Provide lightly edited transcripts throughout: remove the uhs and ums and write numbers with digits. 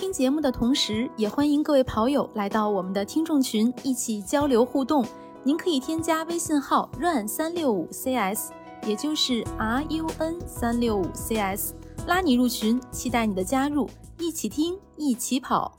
听节目的同时，也欢迎各位跑友来到我们的听众群一起交流互动。您可以添加微信号 run365cs， 也就是 RUN365cs， 拉你入群，期待你的加入，一起听，一起跑。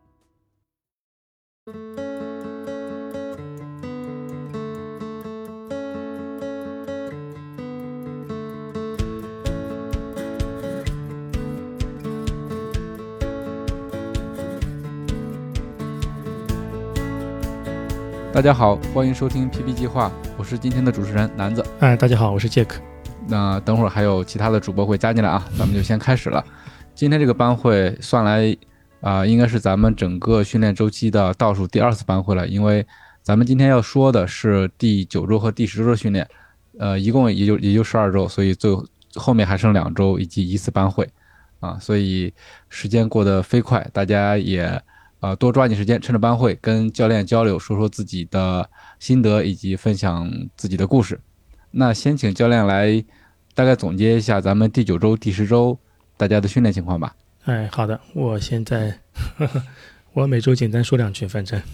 大家好，欢迎收听 PP 计划，我是今天的主持人南子。 大家好，我是杰克。 那等会儿还有其他的主播会加进来啊，咱们就先开始了。今天这个班会算来应该是咱们整个训练周期的倒数第2次班会了，因为咱们今天要说的是第9周和第10周的训练，一共也就12周，所以最后面还剩2周以及1次班会啊，所以时间过得飞快，大家也多抓紧时间，趁着班会跟教练交流，说说自己的心得以及分享自己的故事。那先请教练来大概总结一下咱们第9周、第10周大家的训练情况吧。 好的，我现在我每周简单说2句，反正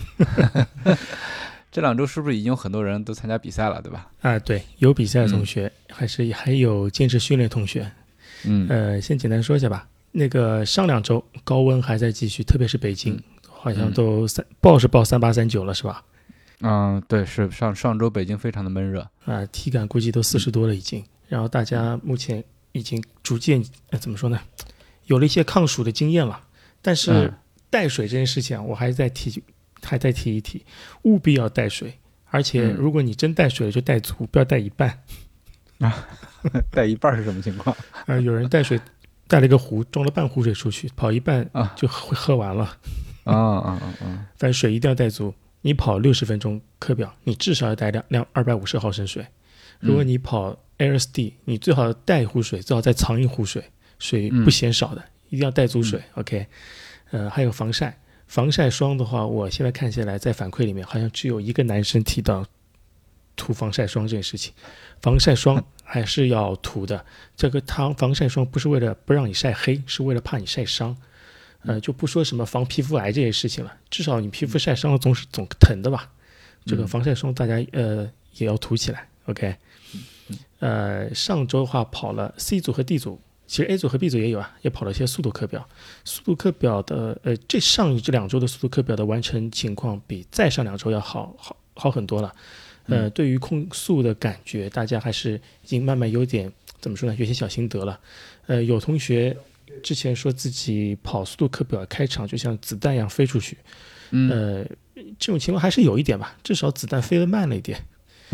这2周是不是已经有很多人都参加比赛了，对吧？ 对，有比赛的同学，还有坚持训练同学。先简单说一下吧。那个上2周高温还在继续，特别是北京，好像都报是报38、39了，是吧？ 对，是上周北京非常的闷热体感估计都40多了已经。然后大家目前已经逐渐怎么说呢，有了一些抗暑的经验了。但是带水这件事情我还在提一提，务必要带水，而且如果你真带水了就带足，不要带一半。 带一半是什么情况？ 有人带水带了一个壶，装了半壶水出去，跑一半就喝完了。反正水一定要带足。你跑60分钟课表，你至少要带250毫升水。如果你跑 LSD， 你最好带一壶水，最好再藏一壶水，水不嫌少的，一定要带足水。OK， 还有防晒霜的话，我现在看下来在反馈里面好像只有一个男生提到涂防晒霜这件事情。防晒霜还是要涂的，这个防晒霜不是为了不让你晒黑，是为了怕你晒伤。就不说什么防皮肤癌这些事情了，至少你皮肤晒伤了总疼的吧。这个防晒霜大家也要涂起来。OK，上周的话跑了 C 组和 D 组，其实 A 组和 B 组也有也跑了一些速度课表。速度课表的这2周的速度课表的完成情况比再上2周要好很多了。对于控速的感觉，大家还是已经慢慢有点怎么说呢，有些小心得了。有同学之前说自己跑速度课表开场就像子弹一样飞出去，这种情况还是有一点吧，至少子弹飞得慢了一点。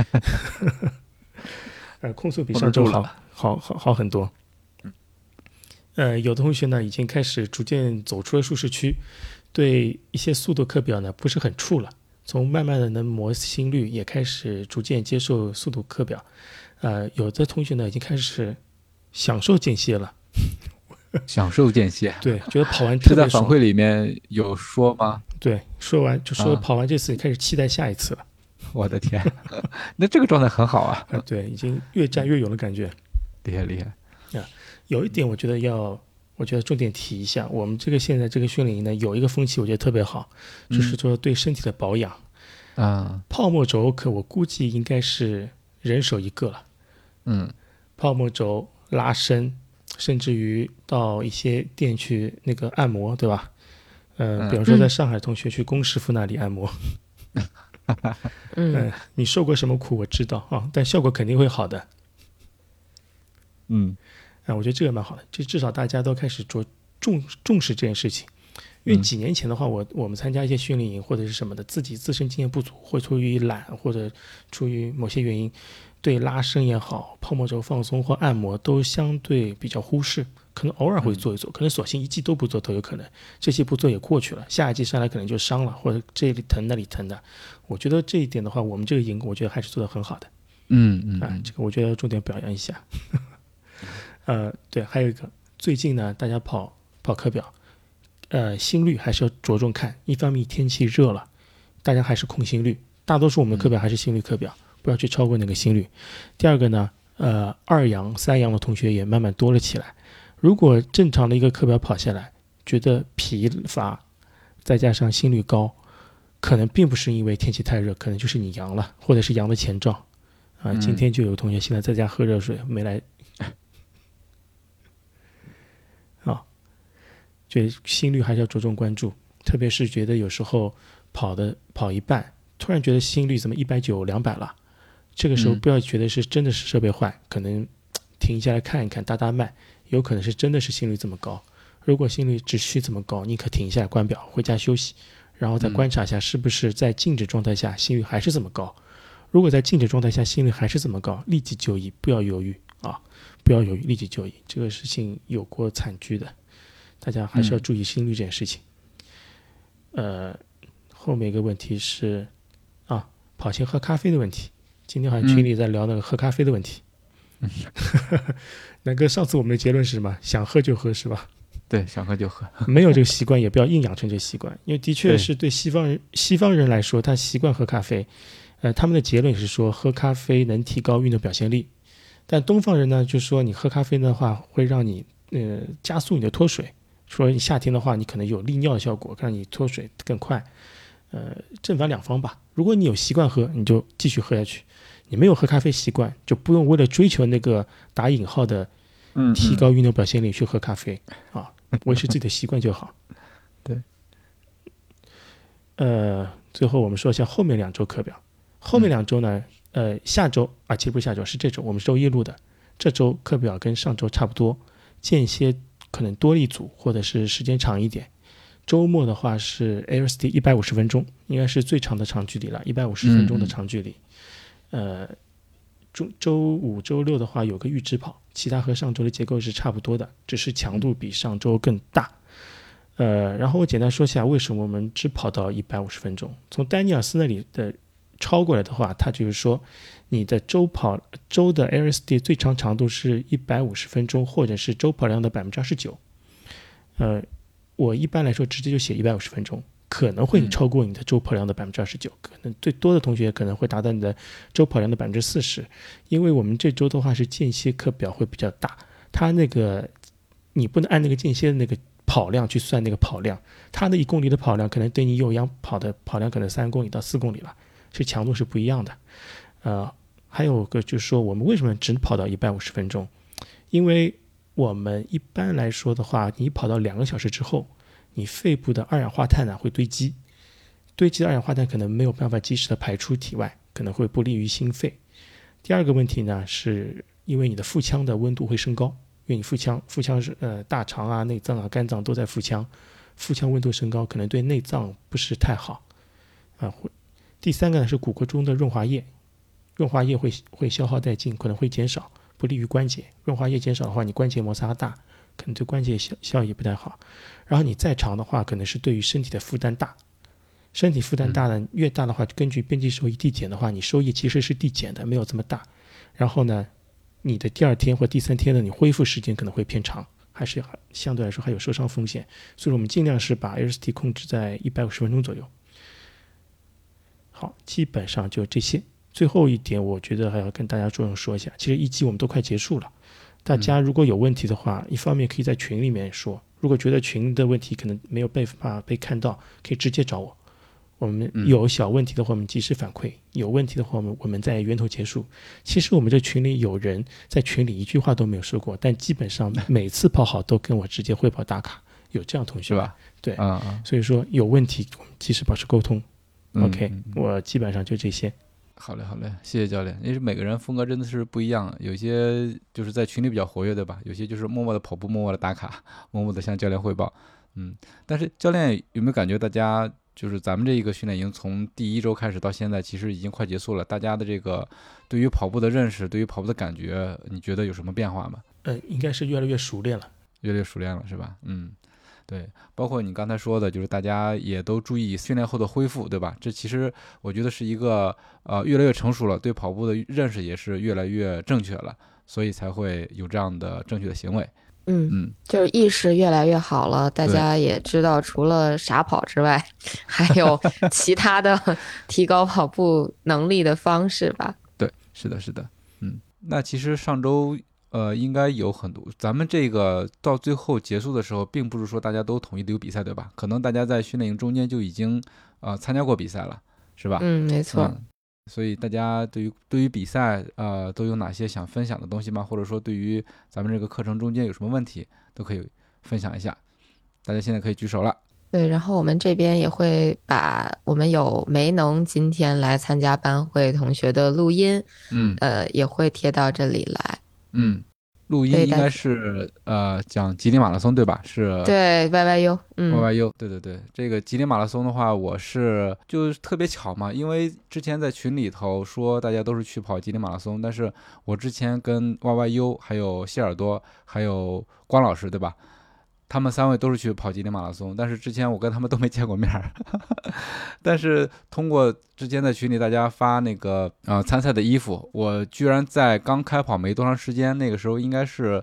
控速比上周好很多。有的同学呢已经开始逐渐走出了舒适区，对一些速度课表呢不是很怵了，从慢慢的能磨心率，也开始逐渐接受速度课表。有的同学呢已经开始享受间歇了。 享受间歇， 对，觉得跑完特别爽。 是在反馈里面有说吗？ 对，说完就说跑完这次开始期待下一次了。 我的天，那这个状态很好啊。 对，已经越战越勇的感觉， 厉害。 有一点我觉得重点提一下，我们现在这个训练营呢有一个风气我觉得特别好，就是说对身体的保养。泡沫轴可我估计应该是人手一个了。泡沫轴、拉伸，甚至于到一些店去那个按摩，对吧？比方说在上海同学去龚师傅那里按摩。你受过什么苦我知道但效果肯定会好的。我觉得这个蛮好的，这至少大家都开始重视这件事情。因为几年前的话，我们参加一些训练营或者是什么的，自己自身经验不足，或出于懒或者出于某些原因，对拉伸也好、泡沫轴放松或按摩都相对比较忽视，可能偶尔会做一做，可能索性一季都不做都有可能。这期不做也过去了，下一季上来可能就伤了，或者这里疼那里疼的。我觉得这一点的话，我们这个营我觉得还是做得很好的。这个我觉得要重点表扬一下。对，还有一个，最近呢，大家跑课表，心率还是要着重看。一方面天气热了，大家还是控心率，大多数我们的课表还是心率课表，不要去超过那个心率。第二个呢，2阳、3阳的同学也慢慢多了起来。如果正常的一个课表跑下来， 觉得疲乏再加上心率高，可能并不是因为天气太热，可能就是你阳了，或者是阳的前兆啊。今天就有同学现在在家喝热水没来啊，觉得心率还是要着重关注，特别是觉得有时候跑一半，突然觉得心率怎么190、200了，这个时候不要觉得是真的是设备坏，可能停下来看一看，搭搭脉，有可能是真的是心率这么高。如果心率持续这么高，你可停下来关表，回家休息，然后再观察一下是不是在静止状态下心率还是这么高。如果在静止状态下心率还是这么高，立即就医，不要犹豫啊，不要犹豫，立即就医。这个事情有过惨剧的，大家还是要注意心率这件事情。后面一个问题是跑前喝咖啡的问题。今天好像群里在聊那个喝咖啡的问题。南哥，上次我们的结论是什么？想喝就喝是吧？ 对，想喝就喝。 没有这个习惯也不要硬养成这个习惯，因为的确是对西方人来说，他习惯喝咖啡。他们的结论是说喝咖啡能提高运动表现力，但东方人呢就说你喝咖啡的话会让你加速你的脱水，说你夏天的话你可能有利尿的效果，让你脱水更快。正反两方吧。如果你有习惯喝，你就继续喝下去；你没有喝咖啡习惯，就不用为了追求那个打引号的提高运动表现力去喝咖啡啊，维持自己的习惯就好。 对。 最后我们说一下后面2周课表。后面2周呢，下周其实不是下周，是这周，我们是周一录的。这周课表跟上周差不多，间歇可能多一组，或者是时间长一点。周末的话是 LSD 150分钟，应该是最长的长距离了，150分钟的长距离。周五、周六的话有个阈值跑，其他和上周的结构是差不多的，只是强度比上周更大。然后我简单说一下为什么我们只跑到150分钟。从丹尼尔斯那里的超过来的话，他就是说你的周的 LSD 最长长度是150分钟，或者是周跑量的 29%。我一般来说直接就写150分钟，可能会超过你的周跑量的 29%， 可能最多的同学可能会达到你的周跑量的 40%。 因为我们这周的话是间歇课表会比较大，它那个你不能按那个间歇的那个跑量去算那个跑量，它的1公里的跑量可能对你有氧跑的跑量可能3公里到4公里了，是强度是不一样的。还有个就是说我们为什么只跑到150分钟，因为我们一般来说的话，你跑到2个小时之后，你肺部的二氧化碳会堆积的二氧化碳可能没有办法及时的排出体外，可能会不利于心肺。第二个问题呢，是因为你的腹腔的温度会升高，因为你腹腔是大肠啊、内脏啊、肝脏都在腹腔温度升高，可能对内脏不是太好第三个呢是骨骼中的润滑液会消耗殆尽，可能会减少，不利于关节。润滑液减少的话，你关节摩擦大，可能对关节效益不太好。然后你再长的话，可能是对于身体的负担大。身体负担大呢，越大的话，根据边际收益递减的话，你收益其实是递减的，没有这么大。然后呢，你的第2天或第3天的你恢复时间可能会偏长，还是相对来说还有受伤风险。所以我们尽量是把 LSD 控制在150分钟左右。好，基本上就这些。最后一点我觉得还要跟大家说一下，其实1期我们都快结束了，大家如果有问题的话，一方面可以在群里面说，如果觉得群的问题可能没有办法被看到，可以直接找我，我们有小问题的话我们及时反馈，有问题的话我们在源头结束。其实我们这群里有人在群里一句话都没有说过，但基本上每次跑好都跟我直接汇报打卡，有这样同学吧？ 对，所以说有问题我们及时保持沟通。OK，我基本上就这些。 好嘞，谢谢教练。因为每个人风格真的是不一样，有些就是在群里比较活跃，对吧？有些就是默默的跑步，默默的打卡，默默的向教练汇报。但是教练有没有感觉大家就是咱们这一个训练营从第1周开始到现在，其实已经快结束了，大家的这个对于跑步的认识，对于跑步的感觉，你觉得有什么变化吗？ 应该是越来越熟练了， 是吧？对，包括你刚才说的，就是大家也都注意训练后的恢复，对吧？这其实我觉得是一个越来越成熟了，对跑步的认识也是越来越正确了，所以才会有这样的正确的行为。 就是意识越来越好了，大家也知道除了傻跑之外，还有其他的提高跑步能力的方式吧？ 对，是的。那其实上周应该有很多。咱们这个到最后结束的时候，并不是说大家都统一的有比赛，对吧？可能大家在训练营中间就已经参加过比赛了，是吧？ 没错。 所以大家对于比赛都有哪些想分享的东西吗？或者说对于咱们这个课程中间有什么问题，都可以分享一下。大家现在可以举手了。 对，然后我们这边也会把我们有没能今天来参加班会同学的录音，也会贴到这里来。 录音应该是讲吉林马拉松对吧？是， 对 YYU， 对，这个吉林马拉松的话，我是就特别巧嘛，因为之前在群里头说大家都是去跑吉林马拉松，但是我之前跟 YYU 还有谢耳朵还有关老师对吧？他们3位都是去跑吉林马拉松，但是之前我跟他们都没见过面但是通过之前在群里大家发那个参赛的衣服，我居然在刚开跑没多长时间，那个时候应该是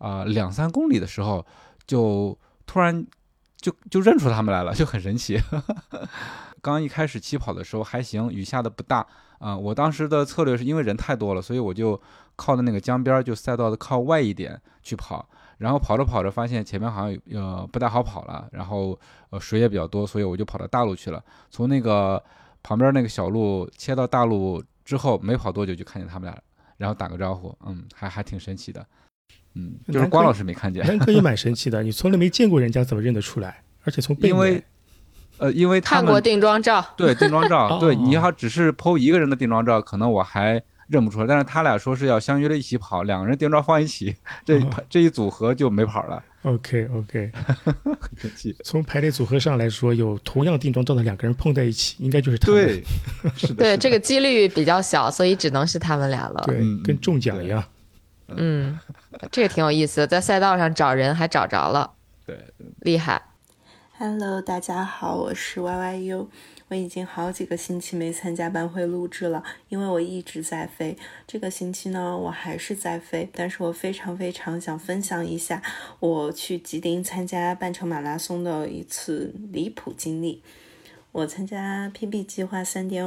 2-3公里的时候，就突然就认出他们来了，就很神奇刚一开始起跑的时候还行，雨下的不大我当时的策略是因为人太多了，所以我就靠的那个江边，就赛道的靠外一点去跑，然后跑着跑着发现前面好像不大好跑了，然后水也比较多，所以我就跑到大路去了。从那个旁边那个小路切到大路之后，没跑多久就看见他们俩了，然后打个招呼，还挺神奇的。就是关老师没看见。 南哥也蛮神奇的，你从来没见过人家怎么认得出来？而且从背面。 因为他们看过定妆照， 对定妆照，对你要只是 po 一个人的定妆照，可能我还认不出来，但是他俩说是要相约了一起跑，2个人定妆放一起，这一组合就没跑了。 OK， 很神奇。 从排列组合上来说，有同样定妆照的2个人碰在一起，应该就是他们。 对，是的。 对，这个几率比较小，所以只能是他们俩了。 对，跟中奖一样。 这个挺有意思的，在赛道上找人还找着了， 对， 厉害。 Hello， 大家好，我是 YYU。我已经好几个星期没参加班会录制了，因为我一直在飞。这个星期呢，我还是在飞，但是我非常想分享一下我去吉林参加半程马拉松的一次离谱经历。我参加 PB 计划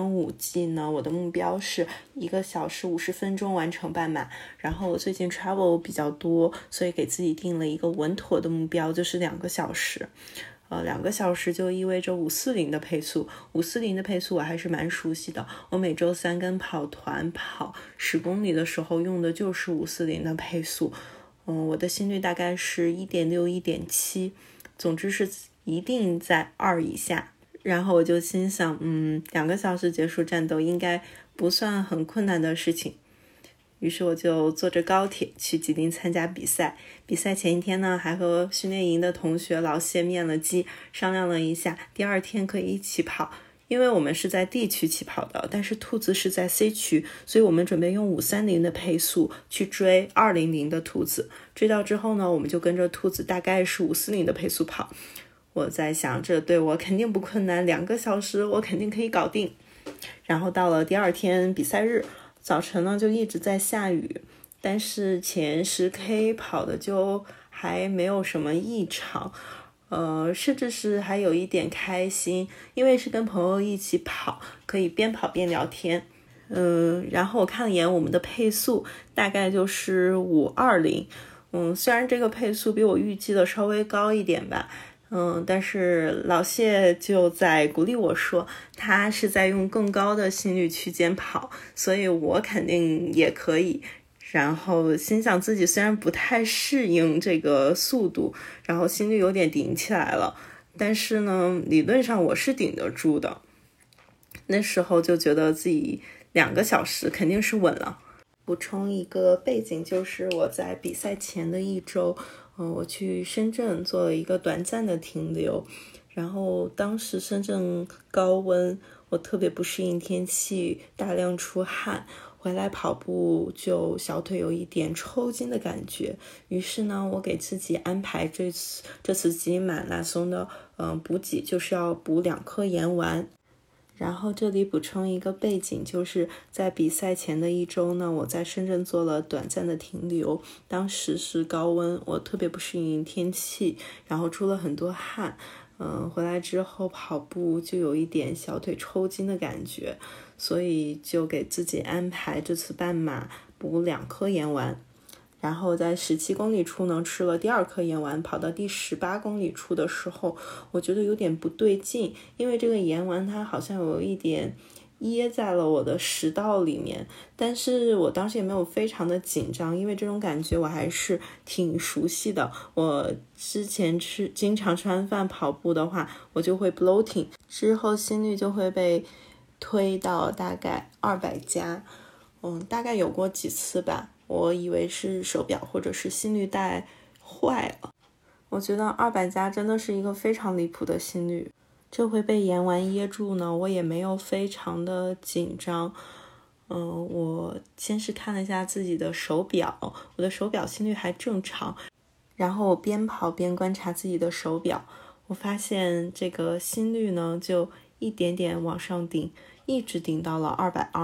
3.5G 呢，我的目标是1个小时50分钟完成半马。然后我最近 travel 比较多，所以给自己定了一个稳妥的目标，就是2个小时。2个小时就意味着540的配速，540的配速我还是蛮熟悉的。我每周3跟跑团跑10公里的时候用的就是540的配速。我的心率大概是 1.6 1.7， 总之是一定在2以下。然后我就心想2个小时结束战斗应该不算很困难的事情。于是我就坐着高铁去吉林参加比赛。比赛前一天呢，还和训练营的同学老谢面了基，商量了一下，第2天可以一起跑。因为我们是在 D 区起跑的，但是兔子是在 C 区，所以我们准备用530的配速去追200的兔子。追到之后呢，我们就跟着兔子大概是540的配速跑。我在想，这对我肯定不困难，2个小时我肯定可以搞定。然后到了第2天比赛日，早晨呢就一直在下雨，但是前10K 跑的就还没有什么异常，甚至是还有一点开心，因为是跟朋友一起跑，可以边跑边聊天。然后我看了一眼我们的配速，大概就是520。虽然这个配速比我预计的稍微高一点吧。但是老谢就在鼓励我说，他是在用更高的心率区间跑，所以我肯定也可以。然后心想自己虽然不太适应这个速度，然后心率有点顶起来了，但是呢，理论上我是顶得住的。那时候就觉得自己2个小时肯定是稳了。补充一个背景，就是我在比赛前的1周，我去深圳做了一个短暂的停留，然后当时深圳高温，我特别不适应天气，大量出汗，回来跑步就小腿有一点抽筋的感觉。于是呢，我给自己安排这次吉林马拉松的补给，就是要补2颗盐丸。然后这里补充一个背景，就是在比赛前的1周呢，我在深圳做了短暂的停留，当时是高温，我特别不适应天气，然后出了很多汗，回来之后跑步就有一点小腿抽筋的感觉，所以就给自己安排这次半马补2颗盐丸。 然后在17公里处呢吃了第2颗盐丸，跑到第18公里处的时候，我觉得有点不对劲，因为这个盐丸它好像有一点噎在了我的食道里面，但是我当时也没有非常的紧张，因为这种感觉我还是挺熟悉的。我之前经常吃完饭跑步的话，我就会 bloating， 之后心率就会被推到大概200加，大概有过几次吧。我以为是手表或者是心率带坏了。我觉得200加真的是一个非常离谱的心率。这回被盐丸噎住呢，我也没有非常的紧张。我先是看了一下自己的手表，我的手表心率还正常，然后我边跑边观察自己的手表，我发现这个心率呢就一点点往上顶，一直顶到了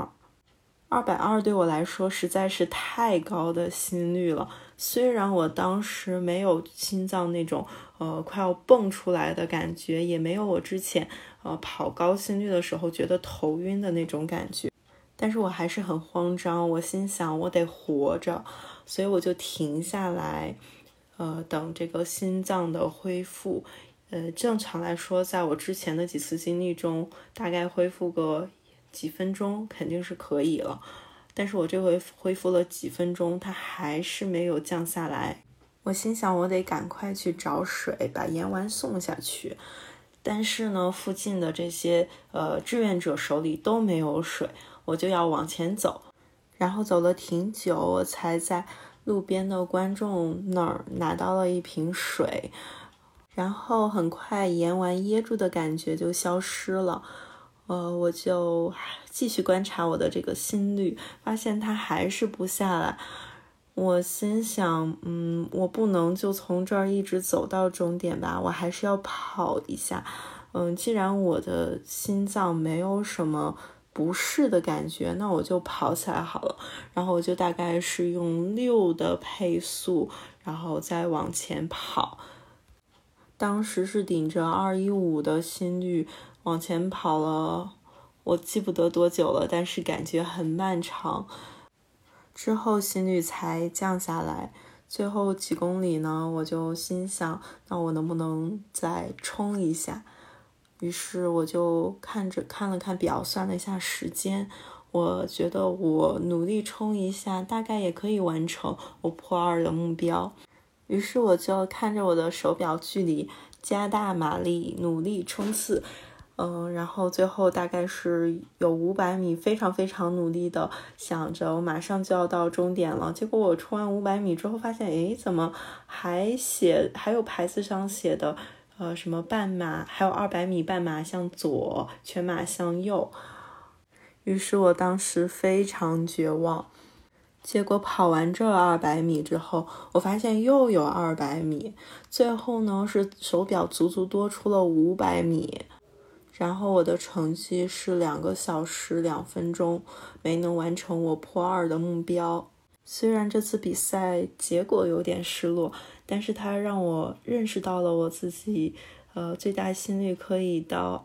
220。220对我来说实在是太高的心率了，虽然我当时没有心脏那种快要蹦出来的感觉，也没有我之前跑高心率的时候觉得头晕的那种感觉，但是我还是很慌张，我心想我得活着，所以我就停下来等这个心脏的恢复。正常来说在我之前的几次经历中大概恢复个几分钟肯定是可以了，但是我这回恢复了几分钟，它还是没有降下来。我心想我得赶快去找水把盐丸送下去，但是呢附近的这些志愿者手里都没有水，我就要往前走，然后走了挺久，我才在路边的观众那儿拿到了一瓶水，然后很快盐丸噎住的感觉就消失了。我就继续观察我的这个心率，发现它还是不下来。我心想我不能就从这儿一直走到终点吧，我还是要跑一下。既然我的心脏没有什么不适的感觉，那我就跑起来好了。然后我就大概是用6的配速，然后再往前跑。当时是顶着215的心率往前跑了，我记不得多久了，但是感觉很漫长。之后心率才降下来，最后几公里呢，我就心想，那我能不能再冲一下？于是我就看了看表，算了一下时间，我觉得我努力冲一下，大概也可以完成我破2的目标。于是我就看着我的手表距离，加大马力，努力冲刺。然后最后大概是有500米，非常非常努力的想着我马上就要到终点了。结果我冲完500米之后发现，怎么还有牌子上写的什么半马，还有200米半马向左，全马向右。于是我当时非常绝望。结果跑完这200米之后，我发现又有200米，最后呢是手表足足多出了500米。然后我的成绩是2个小时2分钟，没能完成我破2的目标。虽然这次比赛结果有点失落，但是它让我认识到了我自己最大心率可以到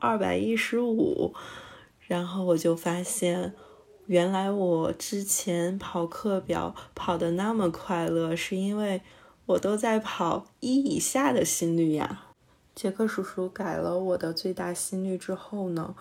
215。然后我就发现，原来我之前跑课表跑得那么快乐，是因为我都在跑1以下的心率呀。杰克叔叔改了我的最大心率之后呢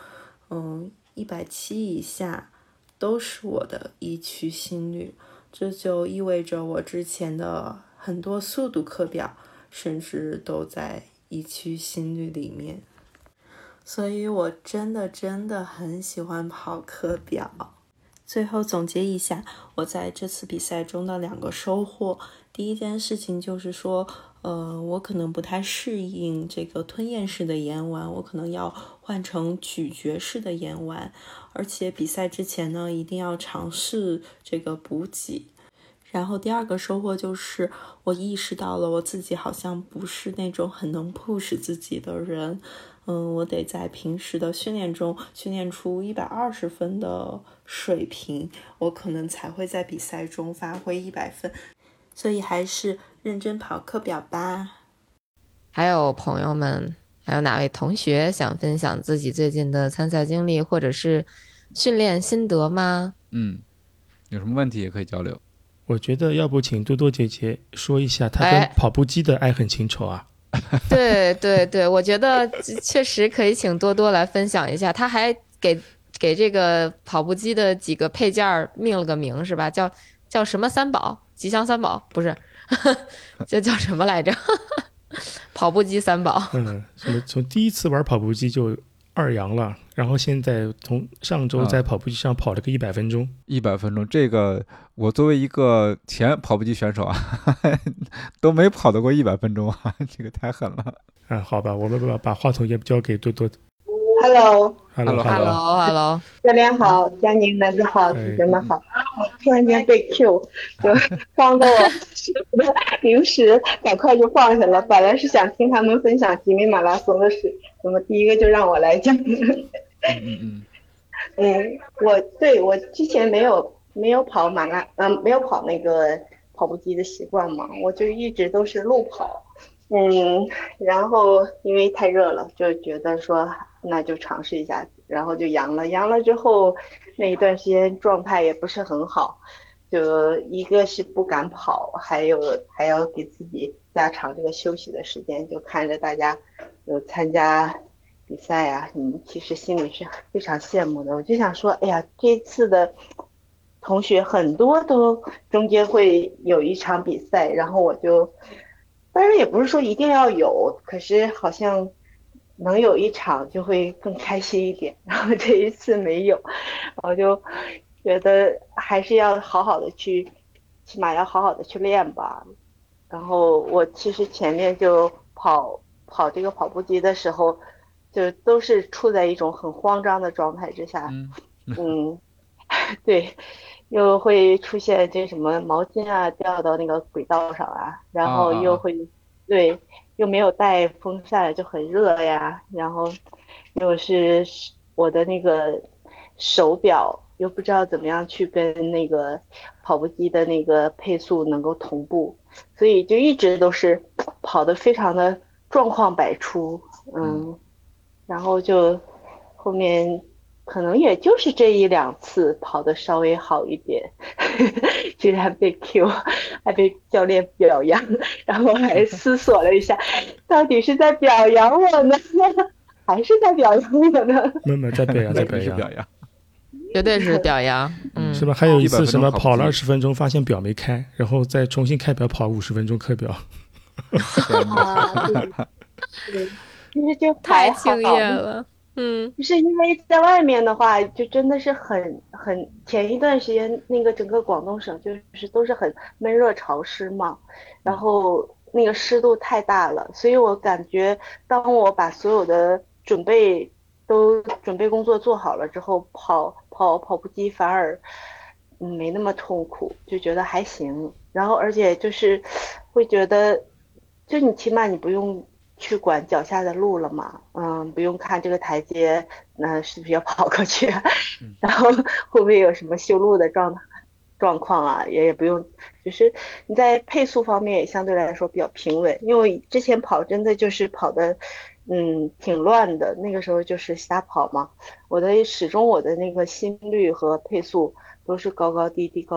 ，170以下都是我的1区心率，这就意味着我之前的很多速度课表甚至都在1区心率里面。所以我真的很喜欢跑课表。最后总结一下我在这次比赛中的2个收获。第一件事情就是说我可能不太适应这个吞咽式的盐丸，我可能要换成咀嚼式的盐丸，而且比赛之前呢一定要尝试这个补给。然后第2个收获就是我意识到了我自己好像不是那种很能 push 自己的人，我得在平时的训练中训练出120分的水平，我可能才会在比赛中发挥100分，所以还是认真跑课表吧。 还有朋友们，还有哪位同学想分享自己最近的参赛经历或者是训练心得吗？ 有什么问题也可以交流。 我觉得要不请多多姐姐说一下她跟跑步机的爱恨情仇啊。 对对对，我觉得确实可以请多多来分享一下。他还给这个跑步机的几个配件命了个名是吧？叫什么三宝？吉祥三宝不是？这叫什么来着？跑步机三宝。 什么从第一次玩跑步机就2阳了，然后现在从上周在跑步机上跑了个100分钟。 100分钟，这个我作为一个前跑步机选手啊，都没跑得过100分钟啊，这个太狠了。 好吧，我们把话筒也交给多多。 Hello， 教练好，佳宁男子好，同学们好。突然间被 Q， 就放到我临时赶快就放下了。本来是想听他们分享吉米马拉松的事，怎么第一个就让我来讲？我之前没有跑没有跑那个跑步机的习惯嘛，我就一直都是路跑。然后因为太热了，就觉得说那就尝试一下，然后就阳了之后，那一段时间状态也不是很好，就一个是不敢跑，还要给自己加长这个休息的时间，就看着大家有参加比赛啊，其实心里是非常羡慕的。我就想说，哎呀，这次的同学很多都中间会有一场比赛，然后我就。当然也不是说一定要有，可是好像能有一场就会更开心一点。然后这一次没有，我就觉得还是要好好的去，起码要好好的去练吧。然后我其实前面就跑这个跑步机的时候，就都是处在一种很慌张的状态之下。对。又会出现这什么毛巾啊掉到那个轨道上啊，然后又会对，又没有带风扇就很热呀，然后又是我的那个手表又不知道怎么样去跟那个跑步机的那个配速能够同步，所以就一直都是跑得非常的状况百出。然后就后面可能也就是这1-2次跑得稍微好一点，居然被 Q， 还被教练表扬，然后还思索了一下，到底是在表扬我呢，还是在表扬我呢？ 没在表扬，在表扬， 绝对是表扬。 是吧？还有一次什么跑了20分钟，发现表没开，然后再重新开表跑50分钟课表。 对，其实就太敬业了。 就是因为在外面的话，就真的是很前一段时间那个整个广东省就是都是很闷热潮湿嘛，然后那个湿度太大了，所以我感觉当我把所有的准备工作做好了之后，跑步机反而没那么痛苦，就觉得还行。然后而且就是会觉得，就你起码你不用去管脚下的路了嘛，不用看这个台阶，是不是要跑过去，然后会不会有什么修路的状况啊，也不用，就是你在配速方面也相对来说比较平稳，因为之前跑真的就是跑的，挺乱的，那个时候就是瞎跑嘛，始终我的那个心率和配速都是高高低低，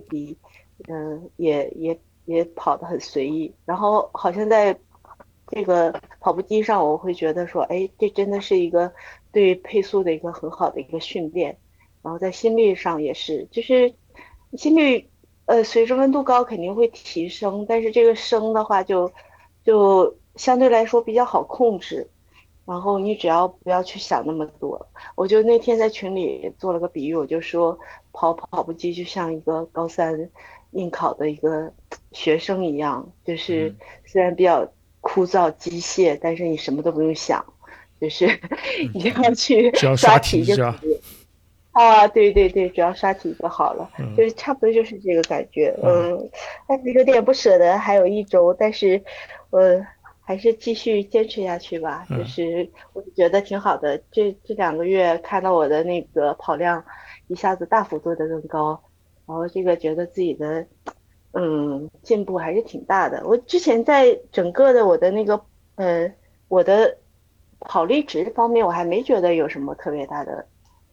也跑得很随意，然后好像在这个跑步机上我会觉得说，哎，这真的是一个对配速的一个很好的一个训练，然后在心率上也是，就是心率随着温度高肯定会提升，但是这个升的话就相对来说比较好控制，然后你只要不要去想那么多。我就那天在群里做了个比喻，我就说跑步机就像一个高3应考的一个学生一样，就是虽然比较枯燥机械，但是你什么都不用想，就是你要去刷题就可以。对，只要刷题就好了，就是差不多就是这个感觉。但是有点不舍得还有1周，但是还是继续坚持下去吧。就是我觉得挺好的，这2个月看到我的那个跑量一下子大幅度的更高，然后这个觉得自己的进步还是挺大的。我之前在整个的我的那个我的跑力值方面，我还没觉得有什么特别大的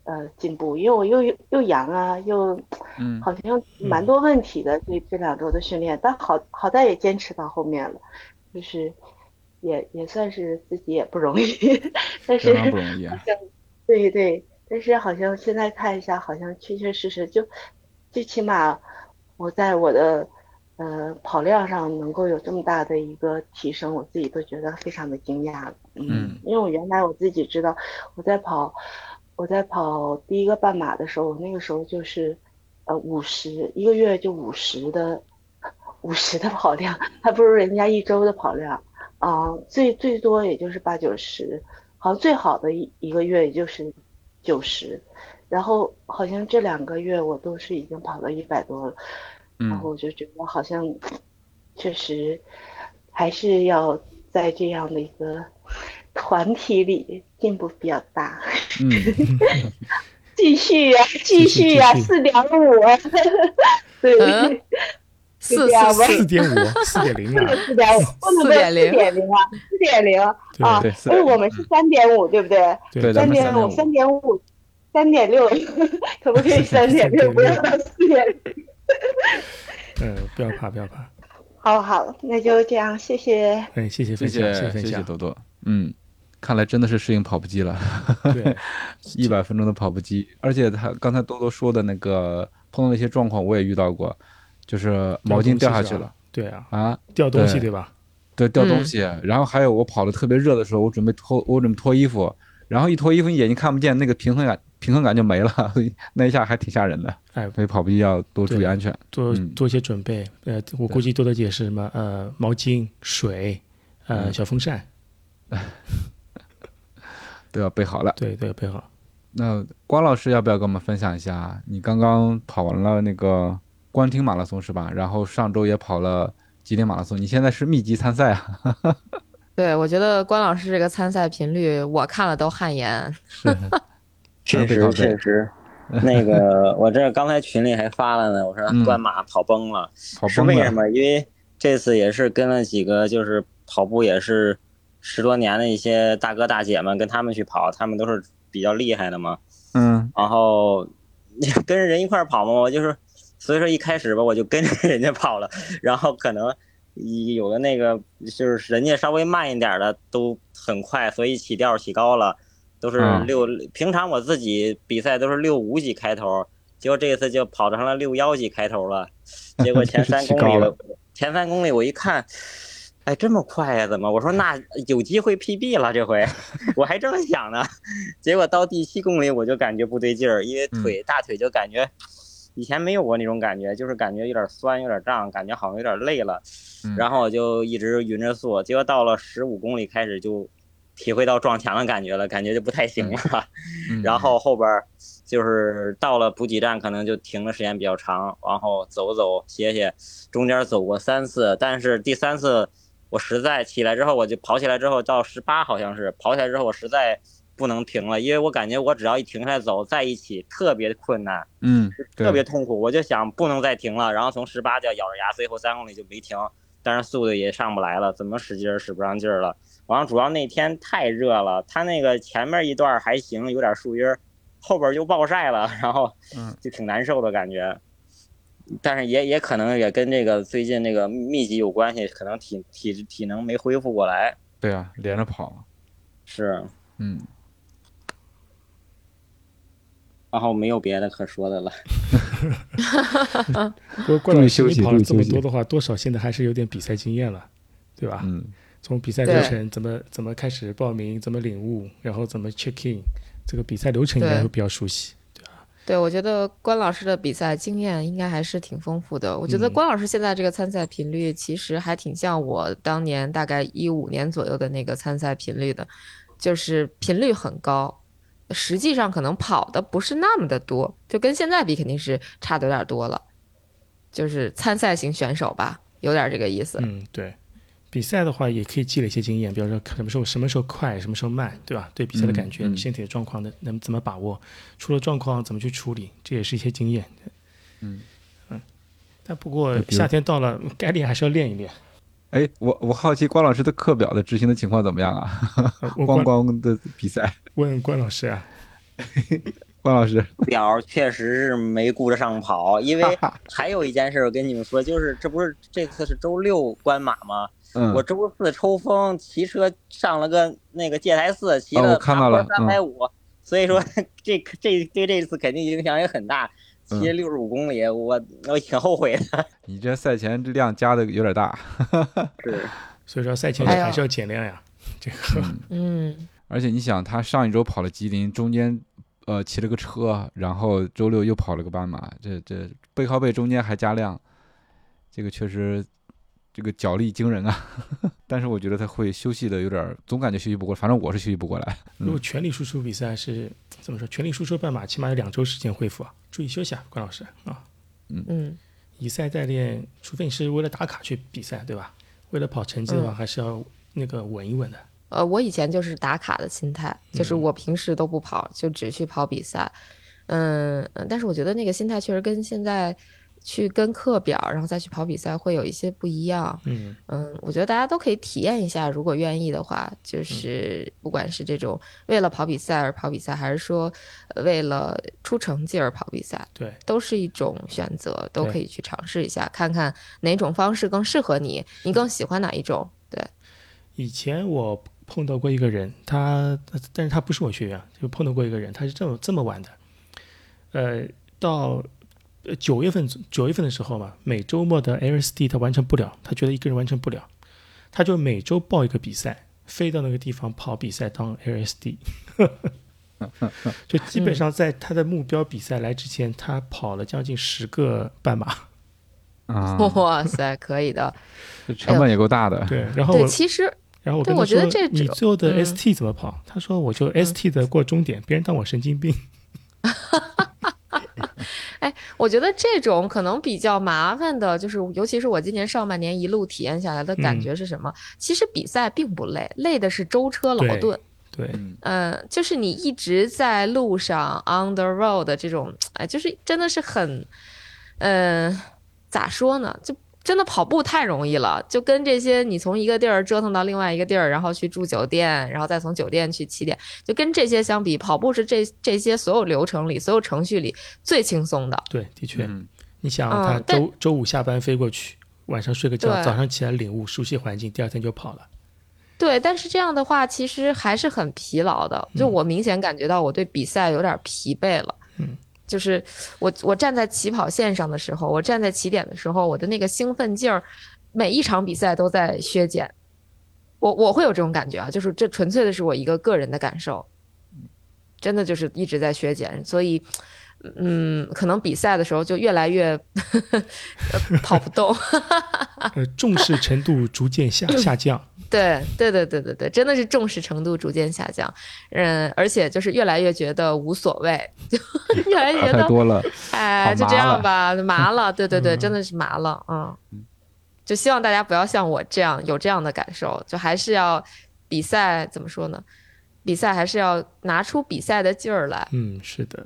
进步，因为我又阳啊，又好像蛮多问题的，这2周的训练，但好在也坚持到后面了，就是也算是自己也不容易，但是不容易啊。 对，但是好像现在看一下，好像确确实实最起码我在我的跑量上能够有这么大的一个提升，我自己都觉得非常的惊讶了。因为我原来我自己知道我在跑第一个半马的时候，那个时候就是50一个月就50的跑量，还不如人家1周的跑量最多也就是80-90，好像最好的一个月也就是90，然后好像这2个月我都是已经跑到100多了，然后我就觉得好像确实还是要在这样的一个团体里进步比较大。继续啊4.5对 4.5 4.0啊 4.5不能4.0啊4.0啊，因为我们是3.5对不对？ 对 3.5 3.6可不可以3.6不要到4.0？ 不要怕好，那就这样，谢谢。 谢谢分享， 谢谢多多。看来真的是适应跑步机了。 对 ，100分钟的跑步机，而且他刚才多多说的那个碰到那些状况，我也遇到过，就是毛巾掉下去了。 对啊，掉东西对吧？ 对，掉东西。然后还有我跑得特别热的时候，我准备脱衣服，然后一脱衣服，你眼睛看不见，那个平衡感就没了，那一下还挺吓人的。所以跑步机要多注意安全， 做一些准备。我估计多多解释什么毛巾、水，小风扇。 都要备好了。 对，备好。 那关老师要不要跟我们分享一下？你刚刚跑完了那个官厅马拉松是吧？然后上周也跑了吉林马拉松，你现在是密集参赛啊？ 对，我觉得关老师这个参赛频率，我看了都汗颜。 确实，那个我这刚才群里还发了呢，我说关马跑崩了，是为什么？因为这次也是跟了几个就是跑步也是10多年的一些大哥大姐们，跟他们去跑，他们都是比较厉害的嘛。然后跟着人一块跑嘛，我就是所以说一开始吧，我就跟着人家跑了，然后可能有的那个就是人家稍微慢一点的都很快，所以起调起高了，都是平常我自己比赛都是6.5几开头，结果这一次就跑成了6.1几开头了，结果前3公里我一看。哎，这么快呀？怎么？我说那有机会 PB 了，这回我还这么想呢。结果到第7公里我就感觉不对劲儿，因为大腿就感觉以前没有过那种感觉，就是感觉有点酸，有点胀，感觉好像有点累了。然后我就一直匀着速，结果到了15公里开始就体会到撞墙的感觉了，感觉就不太行了。然后后边就是到了补给站，可能就停的时间比较长，然后走歇歇，中间走过3次，但是第3次。我实在起来之后，我就跑起来之后到18好像是跑起来之后，我实在不能停了，因为我感觉我只要一停下来走，再一起特别困难，特别痛苦。我就想不能再停了，然后从18就咬着牙，最后3公里就没停，但是速度也上不来了，怎么使劲使不上劲了。完了，主要那天太热了，他那个前面一段还行，有点树荫，后边就暴晒了，然后就挺难受的感觉。但是也可能也跟这个最近那个密集有关系，可能体能没恢复过来。 对啊，连着跑。 是。然后没有别的可说的了。 不过关老师你跑了这么多的话，多少现在还是有点比赛经验了，对吧？从比赛流程怎么开始报名，怎么领悟，然后怎么 check in， 这个比赛流程应该会比较熟悉。 对，我觉得关老师的比赛经验应该还是挺丰富的。我觉得关老师现在这个参赛频率其实还挺像我当年大概15年左右的那个参赛频率的，就是频率很高，实际上可能跑的不是那么的多，就跟现在比肯定是差的有点多了，就是参赛型选手吧，有点这个意思。 对。比赛的话也可以积累一些经验，比如说什么时候快，什么时候慢，对吧？对比赛的感觉，你身体的状况能怎么把握，出了状况怎么去处理，这也是一些经验。但不过夏天到了，该练还是要练一练。 哎，我好奇关老师的课表的执行的情况怎么样啊？光的比赛？ 问关老师啊。 关老师表确实是没顾得上跑，因为还有一件事我跟你们说，就是这不是这次是周6关马吗？我周4抽风骑车上了个那个戒台寺，骑了爬坡350，所以说这对这次肯定影响也很大。骑65公里，我挺后悔的。 你这赛前量加的有点大。 是， 所以说赛前还是要减量呀。这个， 而且你想，他上一周跑了吉林，中间骑了个车，然后周6又跑了个斑马，这背靠背中间还加量，这个确实这个脚力惊人啊。但是我觉得他会休息的有点，总感觉休息不过来，反正我是休息不过来。 如果全力输出比赛是怎么说？全力输出斑马起码有2周时间恢复啊，注意休息啊，关老师啊。以赛代练，除非你是为了打卡去比赛，对吧？为了跑成绩的话，还是要那个稳一稳的。 我以前就是打卡的心态，就是我平时都不跑，就只去跑比赛。但是我觉得那个心态确实跟现在去跟课表，然后再去跑比赛会有一些不一样。我觉得大家都可以体验一下，如果愿意的话，就是不管是这种为了跑比赛而跑比赛，还是说为了出成绩而跑比赛， 对， 都是一种选择，都可以去尝试一下，看看哪种方式更适合你，你更喜欢哪一种。对， 以前我碰到过一个人，但是他不是我学员，就碰到过一个人，他是这么玩的，到9月份的时候嘛，每周末的 LSD 他完成不了，他觉得一个人完成不了，他就每周报一个比赛，飞到那个地方跑比赛当 LSD 就基本上在他的目标比赛来之前，他跑了将近10个半马。 哇塞，可以的， 成本也够大的。 对，然后我跟他说，你最后的 ST 怎么跑？他说我就 ST 的过终点，别人当我神经病。 我觉得这种可能比较麻烦的，就是尤其是我今年上半年一路体验下来的感觉是什么？其实比赛并不累，累的是舟车劳顿。 对， 就是你一直在路上 on the road 这种，就是真的是很，咋说呢？就真的跑步太容易了，就跟这些你从一个地儿折腾到另外一个地儿，然后去住酒店，然后再从酒店去起点，就跟这些相比，跑步是这些所有流程里、所有程序里最轻松的。 对，的确，你想他周5下班飞过去，晚上睡个觉，早上起来领悟，熟悉环境，第2天就跑了。 对，但是这样的话，其实还是很疲劳的。就我明显感觉到我对比赛有点疲惫了。就是我站在起跑线上的时候，我站在起点的时候，我的那个兴奋劲儿，每一场比赛都在削减。我会有这种感觉啊，就是这纯粹的是我一个个人的感受，真的就是一直在削减，所以可能比赛的时候就越来越跑不动。 重视程度逐渐下降。 对，真的是重视程度逐渐下降，而且就是越来越觉得无所谓，就越来越觉得太多了， 就这样吧，麻了，对，真的是麻了，就希望大家不要像我这样有这样的感受，就还是要比赛，怎么说呢？比赛还是要拿出比赛的劲儿来。 是的，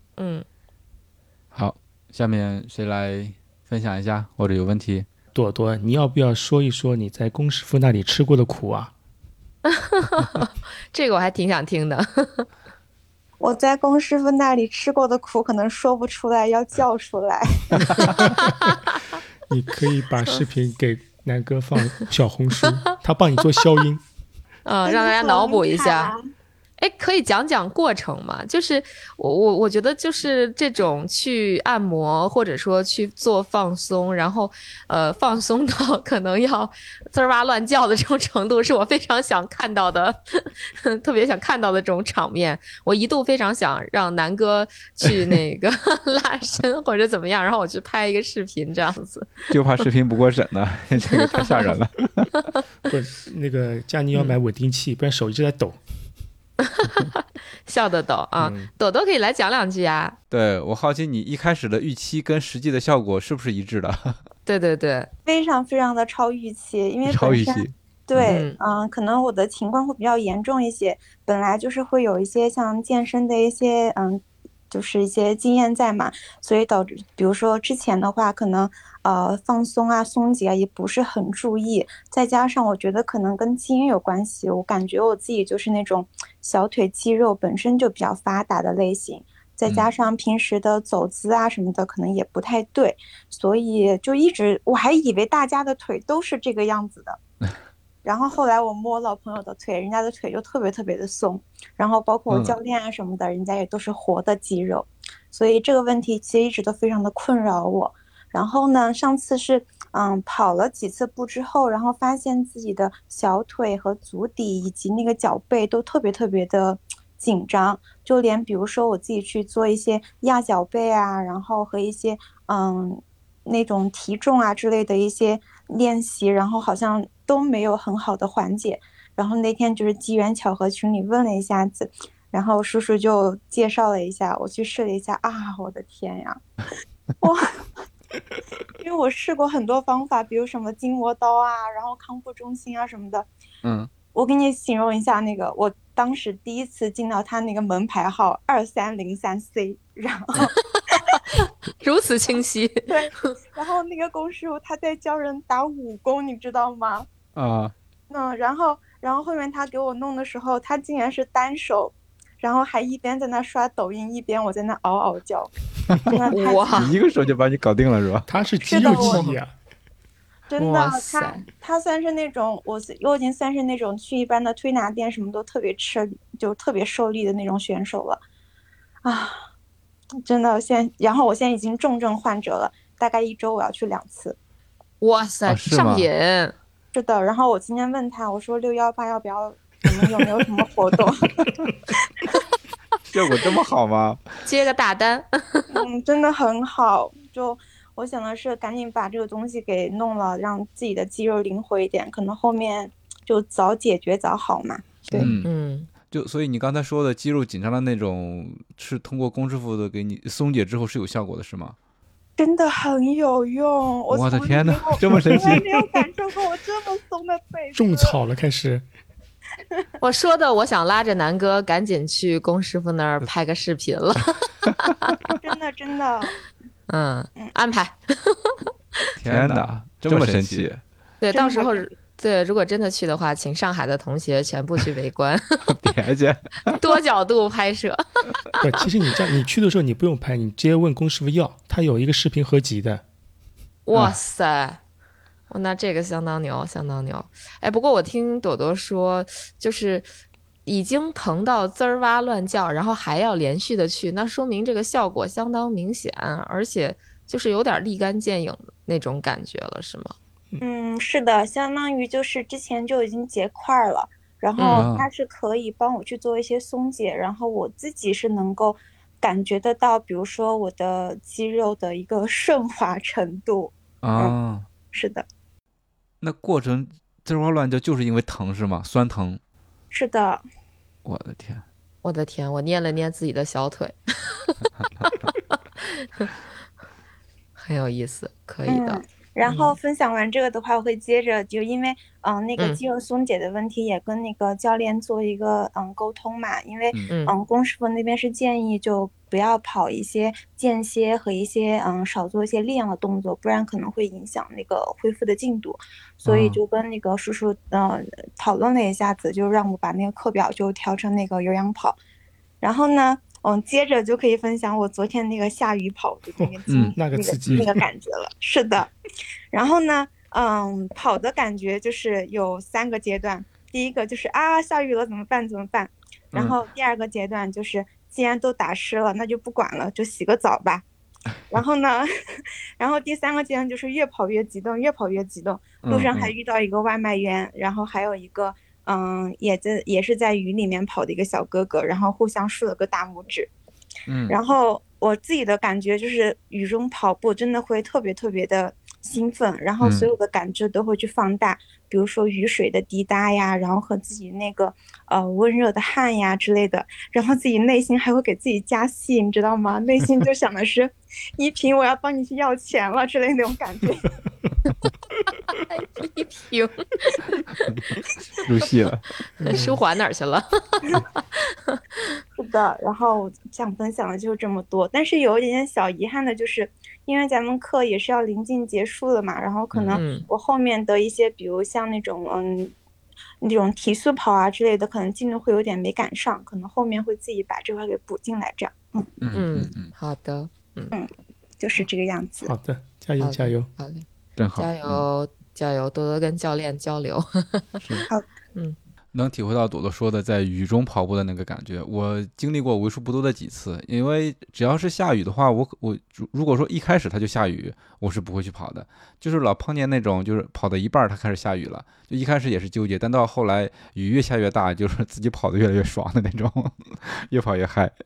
好，下面谁来分享一下，或者有问题？ 朵朵，你要不要说一说你在龚师傅那里吃过的苦啊？ 这个我还挺想听的。 我在龚师傅那里吃过的苦可能说不出来，要叫出来。 你可以把视频给南哥放小红书，他帮你做消音。 让大家脑补一下。可以讲讲过程吗？就是我觉得就是这种去按摩或者说去做放松，然后放松到可能要滋哇乱叫的这种程度，是我非常想看到的，特别想看到的这种场面。我一度非常想让南哥去那个拉伸或者怎么样，然后我去拍一个视频这样子。 就怕视频不过审呢，这个太吓人了。 不是那个佳妮要买稳定器，不然手一直在抖。 笑得抖啊，朵朵可以来讲两句啊。 对，我好奇你一开始的预期跟实际的效果是不是一致的？ 对， 非常非常的超预期，因为超预期。 对，可能我的情况会比较严重一些，本来就是会有一些像健身的一些就是一些经验在嘛，所以导致比如说之前的话可能放松啊松紧啊也不是很注意，再加上我觉得可能跟基因有关系，我感觉我自己就是那种小腿肌肉本身就比较发达的类型， 再加上平时的走姿啊什么的可能也不太对，所以就一直我还以为大家的腿都是这个样子的。然后后来我摸老朋友的腿，人家的腿就特别特别的松，然后包括教练啊什么的，人家也都是活的肌肉，所以这个问题其实一直都非常的困扰我。然后呢，上次是跑了几次步之后，然后发现自己的小腿和足底以及那个脚背都特别特别的紧张，就连比如说我自己去做一些压脚背啊，然后和一些那种提重啊之类的一些练习，然后好像都没有很好的缓解。然后那天就是机缘巧合群里问了一下子，然后叔叔就介绍了一下，我去试了一下啊，我的天呀，哇！因为我试过很多方法，比如什么筋膜刀啊，然后康复中心啊什么的。我给你形容一下那个，我当时第一次进到他那个门牌号2303C， 然后如此清晰。 对，然后那个龚师傅他在教人打武功，你知道吗？然后后面他给我弄的时候，他竟然是单手，然后还一边在那刷抖音，一边我在那嗷嗷叫。 哇！ 一个手就把你搞定了是吧？ 他是肌肉记忆啊！ 真的，他算是那种我已经算是那种去一般的推拿店什么都特别就特别受力的那种选手了啊！真的，然后我现在已经重症患者了，大概1周我要去2次。 哇塞，上瘾！ 是的，然后我今天问他，我说618要不要？你们有没有什么活动？ 效果这么好吗？ 接个大单。 真的很好。就我想的是赶紧把这个东西给弄了，让自己的肌肉灵活一点，可能后面就早解决早好嘛。对， 所以你刚才说的肌肉紧张的那种，是通过龚师傅的给你松解之后是有效果的，是吗？ 真的很有用。 我的天哪，这么神奇！ 我没有感受过我这么松的腿。 种草了，开始。 我说的，我想拉着南哥赶紧去龚师傅那儿拍个视频了。 真的。 安排。 天哪，这么神奇！ 对，到时候如果真的去的话，请上海的同学全部去围观。 别介， 多角度拍摄。 不，其实你去的时候你不用拍，你直接问龚师傅要，他有一个视频合集的。 哇塞！那这个相当牛，相当牛。哎，不过我听朵朵说，就是已经疼到滋儿哇乱叫，然后还要连续的去，那说明这个效果相当明显，而且就是有点立竿见影的那种感觉了，是吗？ 是的，相当于就是之前就已经结块了，然后它是可以帮我去做一些松解，然后我自己是能够感觉得到，比如说我的肌肉的一个顺滑程度。是的。 那过程滋哇乱叫就是因为疼是吗？酸疼。 是的。 我的天， 我捏了捏自己的小腿。很有意思，可以的。 然后分享完这个的话，我会接着就因为那个肌肉松解的问题也跟那个教练做一个沟通嘛，因为龚师傅那边是建议就不要跑一些间歇和一些少做一些力量的动作，不然可能会影响那个恢复的进度，所以就跟那个叔叔讨论了一下子，就让我把那个课表就调成那个有氧跑，然后呢接着就可以分享我昨天那个下雨跑的那个刺激那个感觉了。是的，然后呢跑的感觉就是有3个阶段，第一个就是下雨了怎么办，然后第2个阶段就是既然都打湿了，那就不管了，就洗个澡吧。然后呢然后第3个阶段就是越跑越激动，路上还遇到一个外卖员，然后还有一个也是在雨里面跑的一个小哥哥，然后互相竖了个大拇指。然后我自己的感觉就是雨中跑步真的会特别特别的兴奋，然后所有的感知都会去放大，比如说雨水的滴答呀，然后和自己那个温热的汗呀之类的，然后自己内心还会给自己加戏，你知道吗？内心就想的是依萍我要帮你去要钱了之类那种感觉。 依萍入戏了。 舒缓哪儿去了？ 是的，然后想分享的就是这么多，但是有一点小遗憾的就是因为咱们课也是要临近结束了嘛，然后可能我后面的一些比如像那种那种提速跑啊之类的，可能进度会有点没赶上，可能后面会自己把这块给补进来这样。 好的， 就是这个样子。 好的，加油加油， 好嘞， 真好， 加油，多多跟教练交流。 好， 能体会到朵朵说的在雨中跑步的那个感觉，我经历过为数不多的几次。因为只要是下雨的话，我如果说一开始它就下雨，我是不会去跑的。就是老碰见那种就是跑到一半它开始下雨了，就一开始也是纠结，但到后来雨越下越大，就是自己跑得越来越爽的那种，越跑越嗨。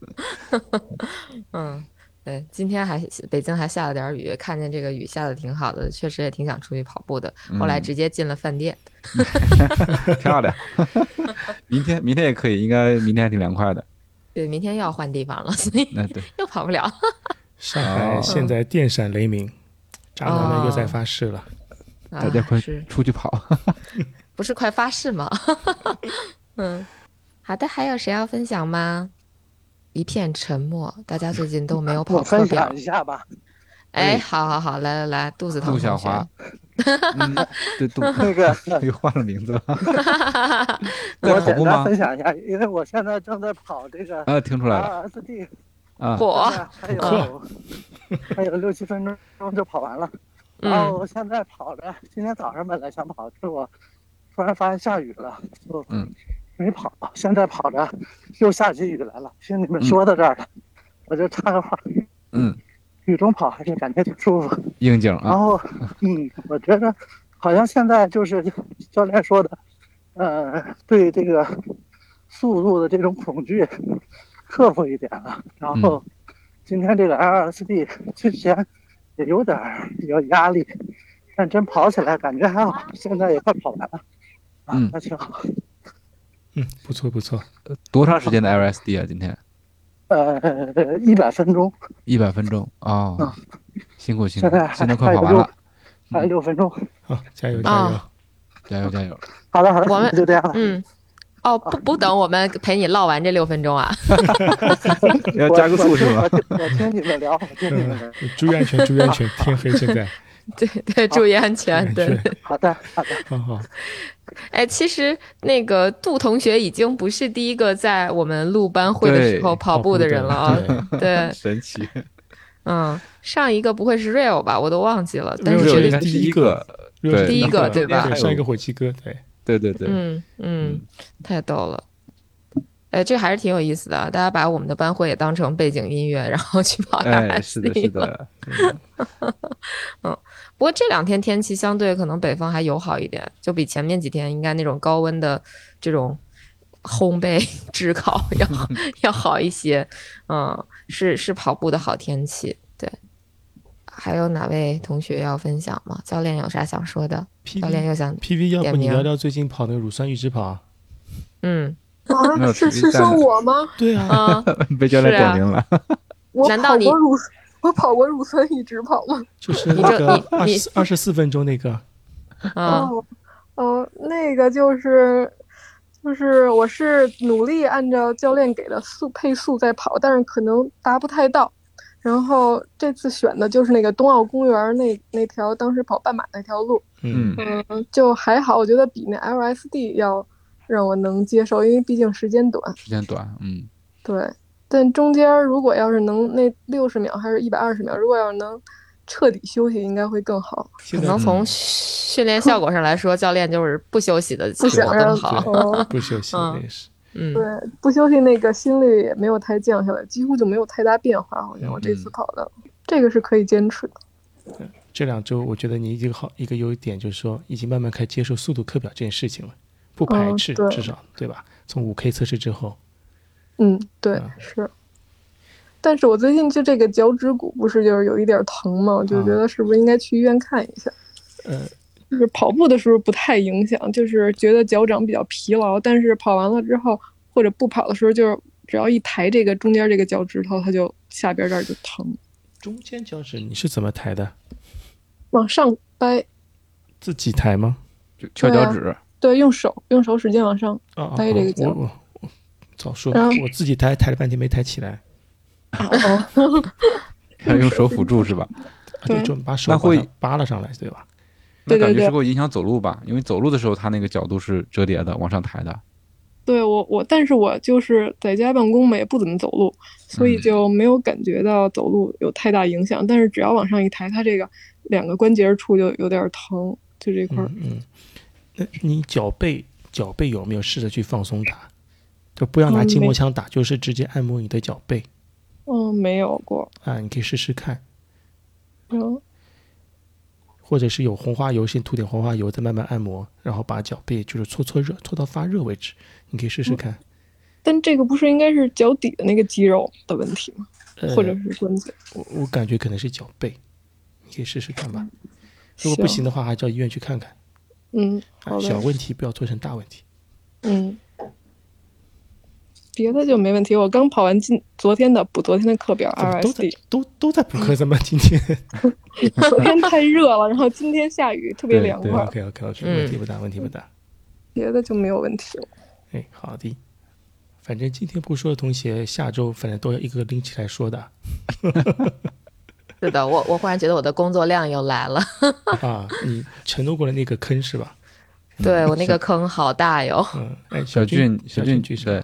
对，今天北京还下了点雨，看见这个雨下的挺好的，确实也挺想出去跑步的。后来直接进了饭店， 漂亮。明天也可以，应该明天还挺凉快的。 对，明天又要换地方了，所以又跑不了。 上海现在电闪雷鸣，渣男们又在发誓了， 大家快出去跑。 不是快发誓吗？好的，还有谁要分享吗？一片沉默，大家最近都没有跑课表。 我分享一下吧。 哎，好，来，肚子疼。 杜小华，对， 那个又换了名字了。 我简单分享一下，因为我现在正在跑这个听出来了 RSD 还有6-7分钟就跑完了。然后我现在跑着，今天早上本来想跑，是我突然发现下雨了，就没跑。现在跑着又下起雨来了，听你们说到这儿了，我就插个话。雨中跑还是感觉挺舒服， 应景啊。 然后我觉得好像现在就是教练说的，对这个速度的这种恐惧克服一点了。然后今天这个 LSD 之前也有压力，但真跑起来感觉还好，现在也快跑完了，还挺好。 不错。 多长时间的 LSD 啊？今天 ？100分钟。 100分钟哦，辛苦。现在快跑完了， 还有6分钟。 好，加油！ 好的， 我们就这样了。 不等我们陪你唠完这6分钟啊。 要加个速是吗？ 我听你们聊， 注意安全，天黑现在。 对，注意安全。对， 好的。 好。 哎，其实那个杜同学已经不是第一个在我们录班会的时候跑步的人了啊。对， 神奇。 上一个不会是 Real 吧？我都忘记了，但是绝对第一个， 第一个对吧？ 上一个火鸡哥， 对。 太逗了。哎，这还是挺有意思的，大家把我们的班会也当成背景音乐，然后去跑 LSD。 是的。 不过这2天天气相对可能北方还友好一点，就比前面几天应该那种高温的这种烘焙炙烤要好一些。是跑步的好天气。对，还有哪位同学要分享吗？教练有啥想说的？教练又想 PV， 要不你聊聊最近跑那个乳酸阈值跑？ 是说我吗？ 对啊， 被教练点名了。 难道你我跑过乳酸阈值跑吗？ 就是那个24分钟那个。 那个就是我是努力按照教练给的配速在跑，但是可能达不太到。然后这次选的就是那个冬奥公园那条当时跑半马那条路。就还好，我觉得比那 LSD 要让我能接受，因为毕竟时间短。对。但中间如果要是能那60秒还是120秒，如果要是能彻底休息，应该会更好。 可能从训练效果上来说，教练就是不休息的效果更好。 不休息也是。 对，不休息那个心率也没有太降下来，几乎就没有太大变化。好像我这次跑的这个是可以坚持的。 这2周我觉得你一个优点就是说，已经慢慢开始接受速度课表这件事情了，不排斥，至少对吧？从5K 测试之后。 对，是。但是我最近就这个脚趾骨不是就是有一点疼嘛，我就觉得是不是应该去医院看一下。就是跑步的时候不太影响，就是觉得脚掌比较疲劳，但是跑完了之后或者不跑的时候，就是只要一抬这个中间这个脚趾头，它就下边这儿就疼。 中间脚趾你是怎么抬的？ 往上掰。 自己抬吗？ 就翘脚趾。 对，用手使劲往上掰这个脚。 我早说，我自己抬了半天没抬起来。 要用手辅助是吧？ 对，就把手会扒拉上来，对吧？ 那感觉是会影响走路吧？因为走路的时候它那个角度是折叠的，往上抬的。 对但是我就是在家办公嘛，也不怎么走路，所以就没有感觉到走路有太大影响。但是只要往上一抬，它这个2个关节处就有点疼，就这块。 那你脚背有没有试着去放松它？就不要拿筋膜枪打，就是直接按摩你的脚背。 没有过啊，你可以试试看。或者是有红花油，先涂点红花油，再慢慢按摩，然后把脚背就是搓热，搓到发热为止。你可以试试看。 但这个不是应该是脚底的那个肌肉的问题吗？或者是关节？ 我感觉可能是脚背，你可以试试看吧。如果不行的话，还是到医院去看看。 好的。 小问题不要做成大问题。 别的就没问题。我刚跑完昨天的课表 RSD， 都在补课，怎么今天？ 昨天太热了，然后今天下雨，特别凉快。 OK， 问题不大，问题不大。 别的就没有问题了。 好的。反正今天不说的同学，下周反正都要一个拎起来说的。 是的，我忽然觉得我的工作量又来了。 你承诺过的那个坑是吧？ 对，我那个坑好大哟。 小俊举手。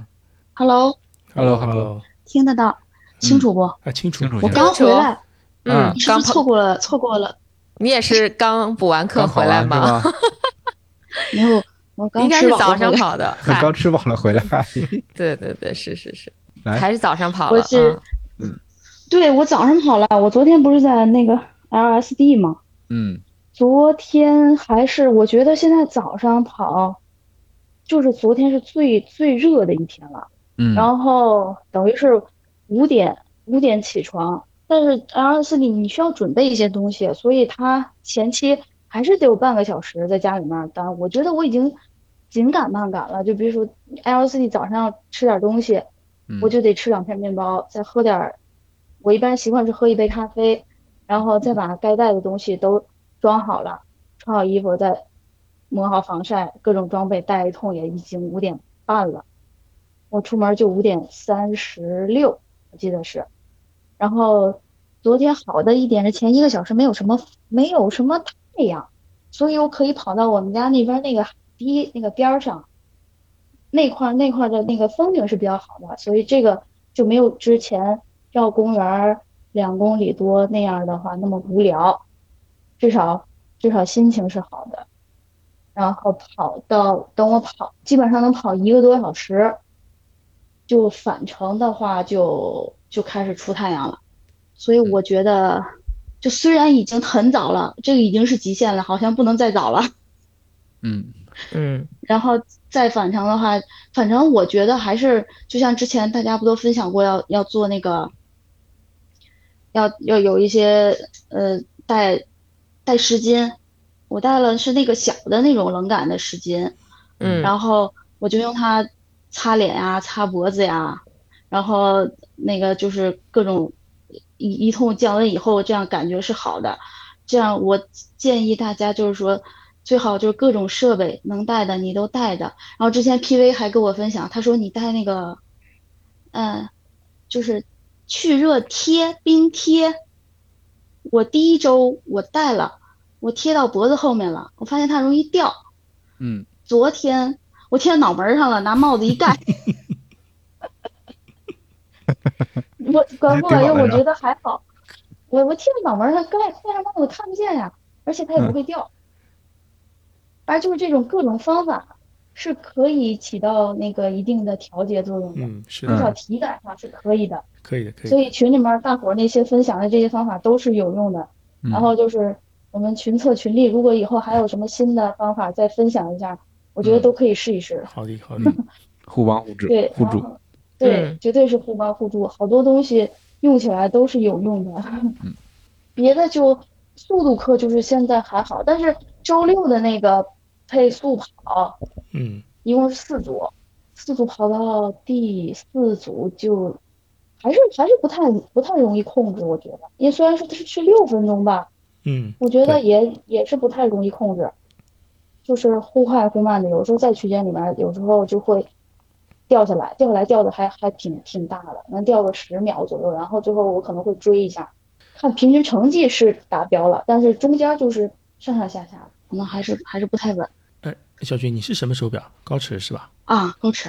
Hello， 听得到，清楚不？ 清楚。 我刚回来，你是不是错过了？ 你也是刚补完课回来吗？ 没有，我刚应该是早上跑的， 刚吃饱了回来。 对，是，还是早上跑了。 对，我早上跑了。我昨天不是在那个 LSD 吗？昨天我觉得现在早上跑，就是昨天是最热的一天了。然后等于是5点起床，但是 LSD 你需要准备一些东西，所以它前期还是得有半个小时在家里面。当然，我觉得我已经紧赶慢赶了。就比如说 LSD 早上要吃点东西，我就得吃2片面包，再喝点。我一般习惯是喝1杯咖啡，然后再把该带的东西都装好了，穿好衣服，再抹好防晒，各种装备带一通，也已经5点半了。我出门就5点36，我记得是。然后昨天好的一点是前1个小时没有什么太阳，所以我可以跑到我们家那边那个海堤那个边上，那块的那个风景是比较好的，所以这个就没有之前绕公园2公里多那样的话那么无聊，至少心情是好的。然后等我跑基本上能跑1个多小时，就返程的话就开始出太阳了。所以我觉得就虽然已经很早了，这个已经是极限了，好像不能再早了。然后再返程的话，反正我觉得还是就像之前大家不都分享过要做那个要有一些带湿巾，我带了是那个小的那种冷感的湿巾，然后我就用它擦脸呀、擦脖子呀，然后那个就是各种一通降温以后，这样感觉是好的。这样我建议大家就是说，最好就是各种设备能带的你都带的。然后之前 PV 还跟我分享，他说你带那个，就是去热贴、冰贴。我第1周我带了，我贴到脖子后面了，我发现它容易掉。昨天我贴到脑门上了，拿帽子一盖。我管不管用？我觉得还好。我贴在脑门上盖上帽子看不见呀，而且它也不会掉。反正就是这种各种方法是可以起到那个一定的调节作用的，至少体感上是可以的。 可以的。 所以群里面大伙那些分享的这些方法都是有用的。然后就是我们群策群力，如果以后还有什么新的方法再分享一下，我觉得都可以试一试。 好的。 互帮互助。 互助。对，绝对是互帮互助，好多东西用起来都是有用的。别的就速度课就是现在还好，但是周6的那个配速跑，一共是4组跑到第4组就还是不太容易控制，我觉得，因为虽然说它是6分钟吧，我觉得也是不太容易控制，就是忽快忽慢的，有时候在区间里面，有时候就会掉下来掉的还挺大的，能掉个10秒左右，然后最后我可能会追一下，看平均成绩是达标了，但是中间就是上上下下，可能还是不太稳。 小军，你是什么手表？高驰是吧？ 高驰。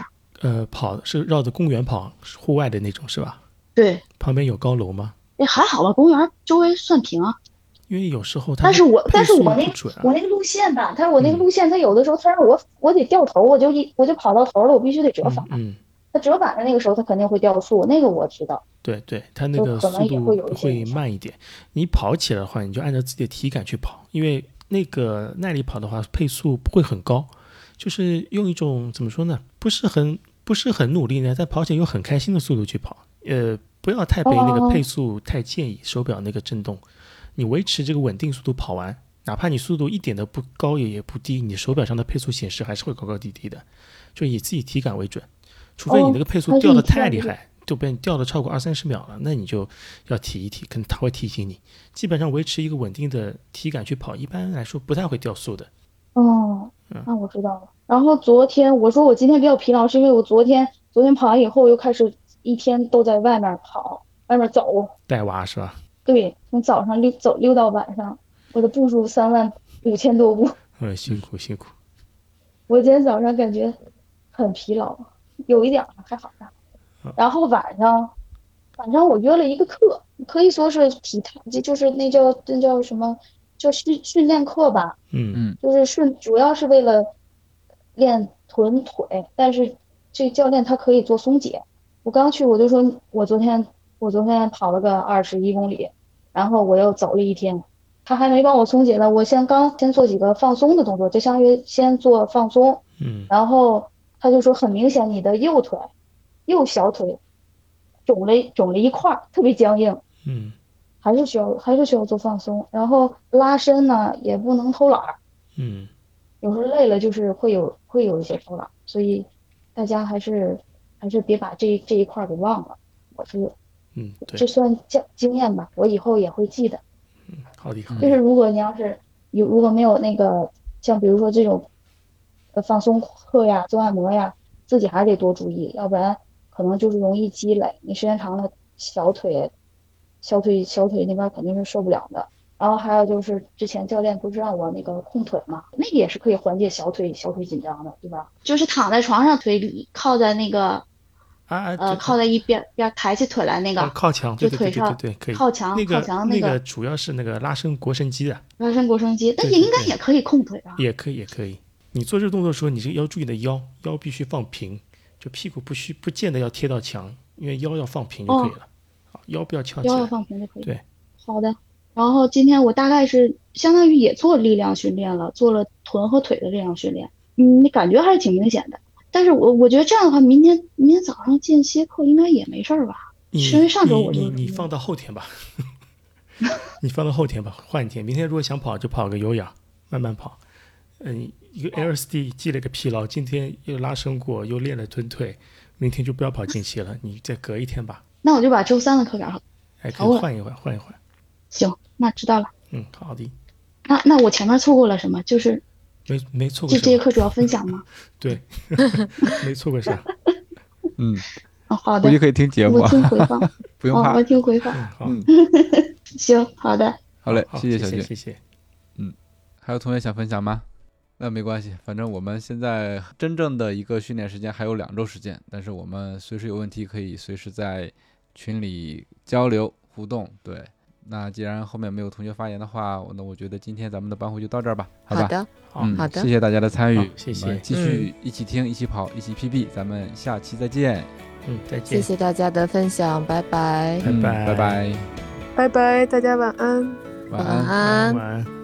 跑是绕着公园跑，户外的那种是吧？ 对。 旁边有高楼吗？ 还好吧，公园周围算平啊。 因为有时候它， 但是我那个路线吧，我那个路线，它有的时候它让我得掉头，我就跑到头了，我必须得折返。它折返的那个时候，它肯定会掉速，那个我知道。 对，它那个速度会慢一点。你跑起来的话，你就按照自己的体感去跑，因为那个耐力跑的话，配速不会很高，就是用一种怎么说呢，不是很努力呢，但跑起来又很开心的速度去跑。不要太被那个配速太介意手表那个震动，你维持这个稳定速度跑完，哪怕你速度一点都不高也不低，你手表上的配速显示还是会高高低低的，就以自己体感为准。除非你那个配速掉的太厉害，就被掉的超过20-30秒了，那你就要提一提，可能他会提醒你。基本上维持一个稳定的体感去跑，一般来说不太会掉速的。 那我知道了。然后昨天我说我今天比较疲劳，是因为我昨天跑完以后又开始一天都在外面跑，外面走， 带娃是吧？ 对，从早上溜到晚上，我的步数35000多步。 辛苦。 我今天早上感觉很疲劳，有一点还好吧。然后晚上我约了一个课，可以说是体态，就是那叫什么，叫训练课吧。就是主要是为了练臀腿，但是这教练他可以做松解。我刚去我就说我昨天跑了个21公里，然后我又走了一天，他还没帮我松解呢。我先做几个放松的动作，就相当于先做放松。然后他就说很明显你的右小腿肿了一块，特别僵硬。还是需要做放松，然后拉伸呢也不能偷懒。有时候累了就是会有一些偷懒，所以大家还是别把这一块给忘了。我是这算经验吧，我以后也会记得。 好的。 就是如果你要是如果没有那个像比如说这种放松课呀、做按摩呀，自己还得多注意，要不然可能就是容易积累，你时间长了小腿那边肯定是受不了的。然后还有就是之前教练不是让我那个控腿嘛，那个也是可以缓解小腿紧张的，对吧？就是躺在床上，腿靠在那个靠在一边抬起腿来那个靠墙，对，可以靠墙那个主要是那个拉伸腘绳肌的。 拉伸腘绳肌，但应该也可以控腿啊。 也可以。你做这个动作的时候，你这个要注意的腰必须放平，就屁股不见得要贴到墙，因为腰要放平就可以了。腰不要翘起来， 腰要放平就可以。 对， 好的。然后今天我大概是相当于也做力量训练了，做了臀和腿的力量训练，感觉还是挺明显的。但是我觉得这样的话，明天早上间歇课应该也没事吧？因为上周我就你放到后天吧，你放到后天吧，换一天。明天如果想跑就跑个有氧，慢慢跑。一个 LSD 积累个疲劳，今天又拉伸过，又练了臀腿，明天就不要跑间歇了，你再隔一天吧。 那我就把周3的课表可以换一换。 行，那知道了。 好的。 那我前面错过了什么？就是没错过。 这节课主要分享吗？ 对，没错过啥。 好的。 估计可以听节目。 我听回放。 不用怕。 我听回放。行，好的。 好嘞，谢谢小俊。 谢谢。 还有同学想分享吗？那没关系，反正我们现在真正的一个训练时间还有2周时间，但是我们随时有问题可以随时在群里交流互动。对，那既然后面没有同学发言的话，那我觉得今天咱们的班会就到这儿吧，好吧？ 好的， 谢谢大家的参与， 谢谢， 继续一起听，一起跑，一起 PB， 咱们下期再见。 再见。 谢谢大家的分享，拜拜， 拜拜， 拜拜，大家晚安， 晚安。